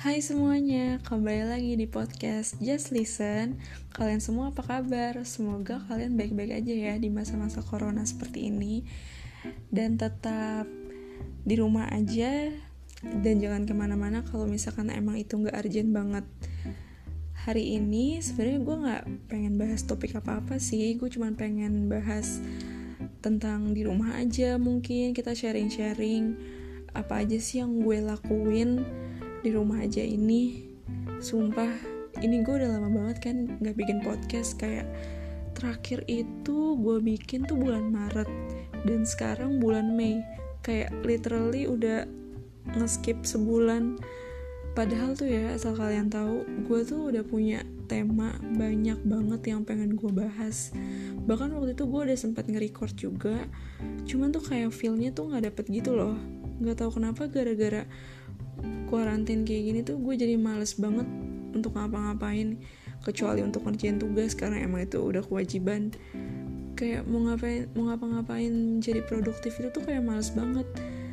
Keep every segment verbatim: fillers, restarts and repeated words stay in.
Hai semuanya, kembali lagi di podcast Just Listen. Kalian semua apa kabar? Semoga kalian baik-baik aja ya di masa-masa corona seperti ini. Dan tetap di rumah aja. Dan jangan kemana-mana kalau misalkan emang itu gak urgent banget. Hari ini sebenarnya gue gak pengen bahas topik apa-apa sih. Gue cuma pengen bahas tentang di rumah aja. Mungkin kita sharing-sharing apa aja sih yang gue lakuin di rumah aja ini. Sumpah ini gue udah lama banget kan gak bikin podcast. Kayak terakhir itu gue bikin tuh bulan Maret, dan sekarang bulan Mei. Kayak literally udah nge-skip sebulan. Padahal tuh ya, asal kalian tahu, gue tuh udah punya tema banyak banget yang pengen gue bahas. Bahkan waktu itu gue udah sempat nge-record juga, cuman tuh kayak feel-nya tuh gak dapet gitu loh. Gak tahu kenapa, gara-gara kuarantin kayak gini tuh gue jadi males banget untuk ngapa-ngapain, kecuali untuk ngerjain tugas karena emang itu udah kewajiban. Kayak mau ngapain mau ngapa-ngapain jadi produktif itu tuh kayak males banget.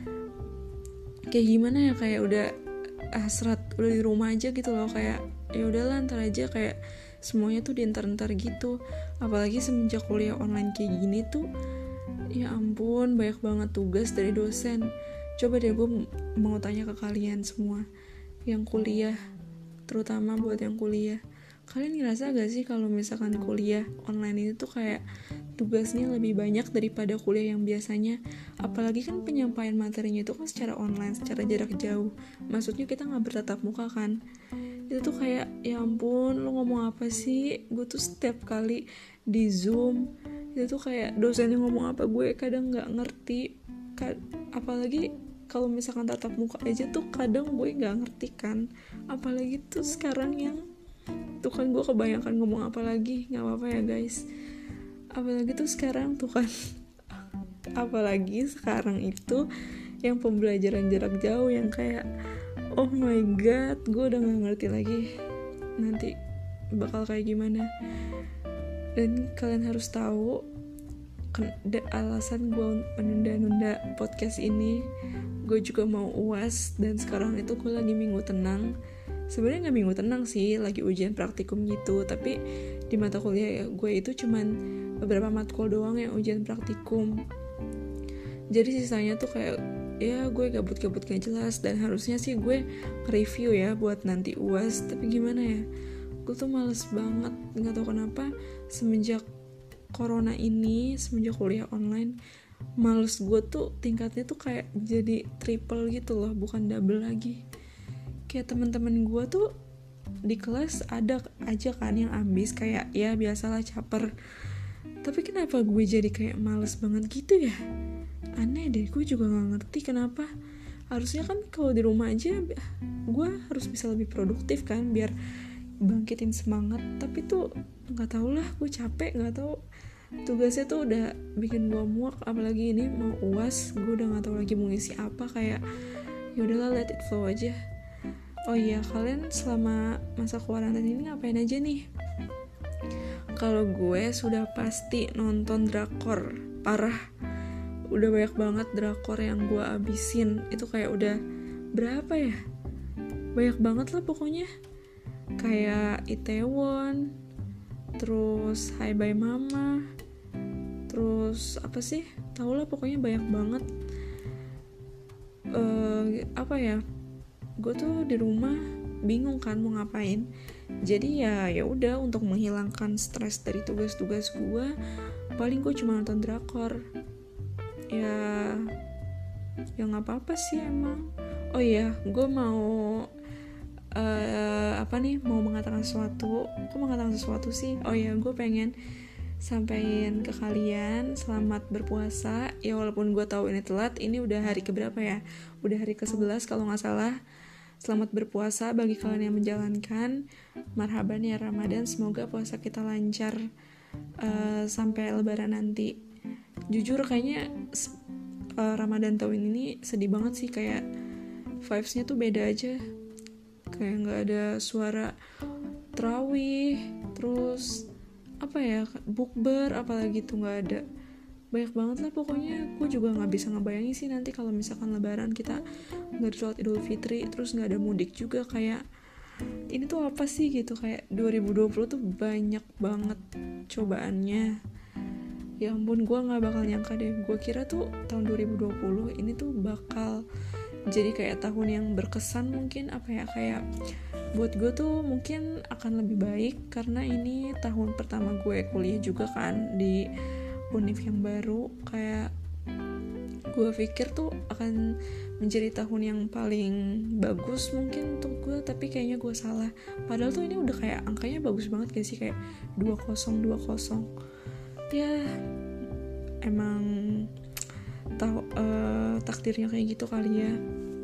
Kayak gimana ya, kayak udah hasrat udah di rumah aja gitu loh. Kayak ya udahlah, ntar aja, kayak semuanya tuh dientar-entar gitu. Apalagi semenjak kuliah online kayak gini tuh, ya ampun, banyak banget tugas dari dosen. Coba deh gue mau tanya ke kalian semua yang kuliah, terutama buat yang kuliah. Kalian ngerasa gak sih kalau misalkan kuliah online ini tuh kayak tugasnya lebih banyak daripada kuliah yang biasanya? Apalagi kan penyampaian materinya itu kan secara online, secara jarak jauh. Maksudnya kita gak bertatap muka kan. Itu tuh kayak, ya ampun, lo ngomong apa sih? Gue tuh setiap kali di Zoom, itu tuh kayak dosennya ngomong apa gue kadang gak ngerti. Apalagi kalau misalkan tatap muka aja tuh kadang gue gak ngerti kan. Apalagi tuh sekarang yang tuh kan gue kebayangkan ngomong apa lagi. Gak apa-apa ya guys. Apalagi tuh sekarang tuh kan apalagi sekarang itu yang pembelajaran jarak jauh, yang kayak oh my god, gue udah gak ngerti lagi nanti bakal kayak gimana. Dan kalian harus tahu alasan gue menunda-nunda podcast ini, gue juga mau U A S, dan sekarang itu gue lagi minggu tenang. Sebenarnya nggak minggu tenang sih, lagi ujian praktikum gitu. Tapi di mata kuliah ya, gue itu cuman beberapa matkul doang yang ujian praktikum. Jadi sisanya tuh kayak ya gue gabut-gabut gak jelas, dan harusnya sih gue review ya buat nanti U A S. Tapi gimana ya, gue tuh males banget, nggak tahu kenapa semenjak corona ini, semenjak kuliah online, males gue tuh tingkatnya tuh kayak jadi triple gitu loh, bukan double lagi. Kayak teman-teman gue tuh di kelas ada aja kan yang ambis, kayak ya biasalah caper. Tapi kenapa gue jadi kayak males banget gitu ya? Aneh deh, gue juga gak ngerti kenapa. Harusnya kan kalau di rumah aja gue harus bisa lebih produktif kan, biar bangkitin semangat. Tapi tuh gak tau lah, gue capek, gak tau. Tugasnya tuh udah bikin gue muak, apalagi ini mau U A S, gue udah gak tahu lagi mau ngisi apa. Kayak yaudahlah, let it flow aja. Oh iya, kalian selama masa kuarantin ini ngapain aja nih? Kalau gue sudah pasti nonton drakor, parah. Udah banyak banget drakor yang gue abisin. Itu kayak udah berapa ya? Banyak banget lah pokoknya. Kayak Itaewon, terus Hi Bye Mama, terus apa sih, tau lah pokoknya banyak banget. uh, apa ya, gue tuh di rumah bingung kan mau ngapain. Jadi ya ya udah, untuk menghilangkan stres dari tugas-tugas gue, paling gue cuma nonton drakor. Ya ya nggak apa-apa sih emang. Oh iya, gue mau Uh, apa nih mau mengatakan sesuatu. Kok mengatakan sesuatu sih? Oh ya, gue pengen sampaikan ke kalian selamat berpuasa. Ya walaupun gue tahu ini telat, ini udah hari keberapa ya? Udah hari ke sebelas kalau nggak salah. Selamat berpuasa bagi kalian yang menjalankan. Marhaban ya Ramadan, semoga puasa kita lancar uh, sampai Lebaran nanti. Jujur kayaknya uh, Ramadan tahun ini sedih banget sih, kayak vibes-nya tuh beda aja. Kayak gak ada suara tarawih, terus apa ya, bukber apalagi tuh gak ada. banyak banget lah pokoknya. Gue juga nggak bisa ngebayangin sih nanti kalau misalkan lebaran kita nggak sholat Idul Fitri, terus nggak ada mudik juga. Kayak ini tuh apa sih gitu, kayak dua ribu dua puluh tuh banyak banget cobaannya. Ya ampun, gue nggak bakal nyangka deh. Gue kira tuh tahun dua ribu dua puluh ini tuh bakal jadi kayak tahun yang berkesan mungkin, apa ya, kayak buat gue tuh mungkin akan lebih baik karena ini tahun pertama gue kuliah juga kan di univ yang baru. Kayak gue pikir tuh akan menjadi tahun yang paling bagus mungkin untuk gue, tapi kayaknya gue salah. Padahal tuh ini udah kayak angkanya bagus banget gak sih, kayak dua kosong dua kosong. Ya emang tahu uh, takdirnya kayak gitu kali ya.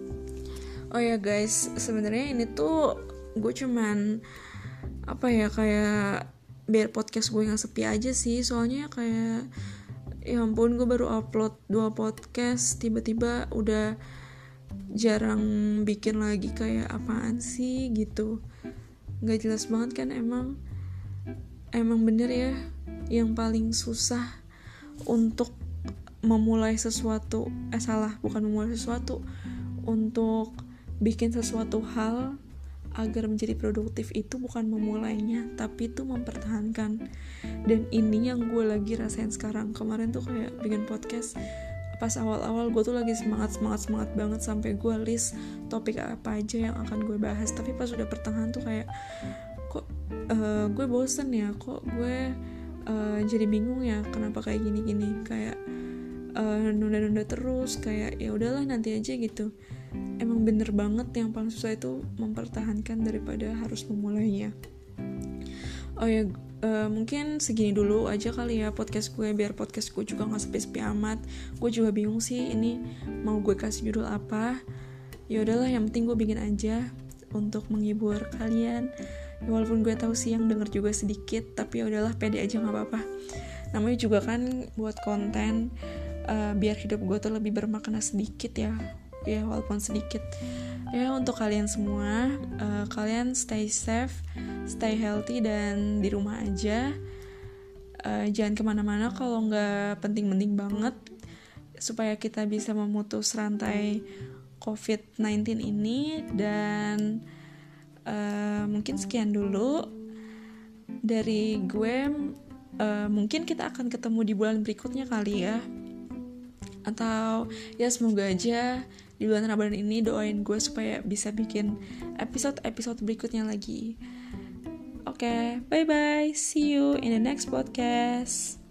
Oh ya guys, sebenarnya ini tuh gue cuman apa ya, kayak biar podcast gue yang sepi aja sih. Soalnya kayak ya ampun, gue baru upload dua podcast, tiba-tiba udah jarang bikin lagi. Kayak apaan sih gitu, gak jelas banget kan. Emang emang bener ya, yang paling susah untuk memulai sesuatu, eh salah, bukan memulai sesuatu, untuk bikin sesuatu hal agar menjadi produktif itu bukan memulainya, tapi itu mempertahankan. Dan ini yang gue lagi rasain sekarang. Kemarin tuh kayak bikin podcast, pas awal-awal gue tuh lagi semangat-semangat-semangat banget, sampai gue list topik apa aja yang akan gue bahas. Tapi pas udah pertengahan tuh kayak kok uh, gue bosen ya, kok gue uh, jadi bingung ya, kenapa kayak gini-gini, kayak uh, nunda-nunda terus, kayak ya udahlah nanti aja gitu. Emang bener banget yang paling susah itu mempertahankan daripada harus memulainya. Oh ya, uh, mungkin segini dulu aja kali ya podcast gue, biar podcast gue juga gak sepi-sepi amat. Gue juga bingung sih ini mau gue kasih judul apa. Ya udahlah, yang penting gue bikin aja untuk menghibur kalian. Ya, walaupun gue tahu sih yang denger juga sedikit, tapi ya udahlah, pede aja, gak apa-apa. Namanya juga kan buat konten, uh, biar hidup gue tuh lebih bermakna sedikit ya. Ya walaupun sedikit. Ya untuk kalian semua, uh, kalian stay safe, stay healthy, dan di rumah aja. uh, Jangan kemana-mana kalau gak penting-penting banget, supaya kita bisa memutus rantai covid sembilan belas ini. Dan uh, mungkin sekian dulu dari gue. uh, Mungkin kita akan ketemu di bulan berikutnya kali ya. Atau ya semoga aja di bulan Ramadan ini doain gue supaya bisa bikin episode-episode berikutnya lagi. Oke, okay, bye-bye. See you in the next podcast.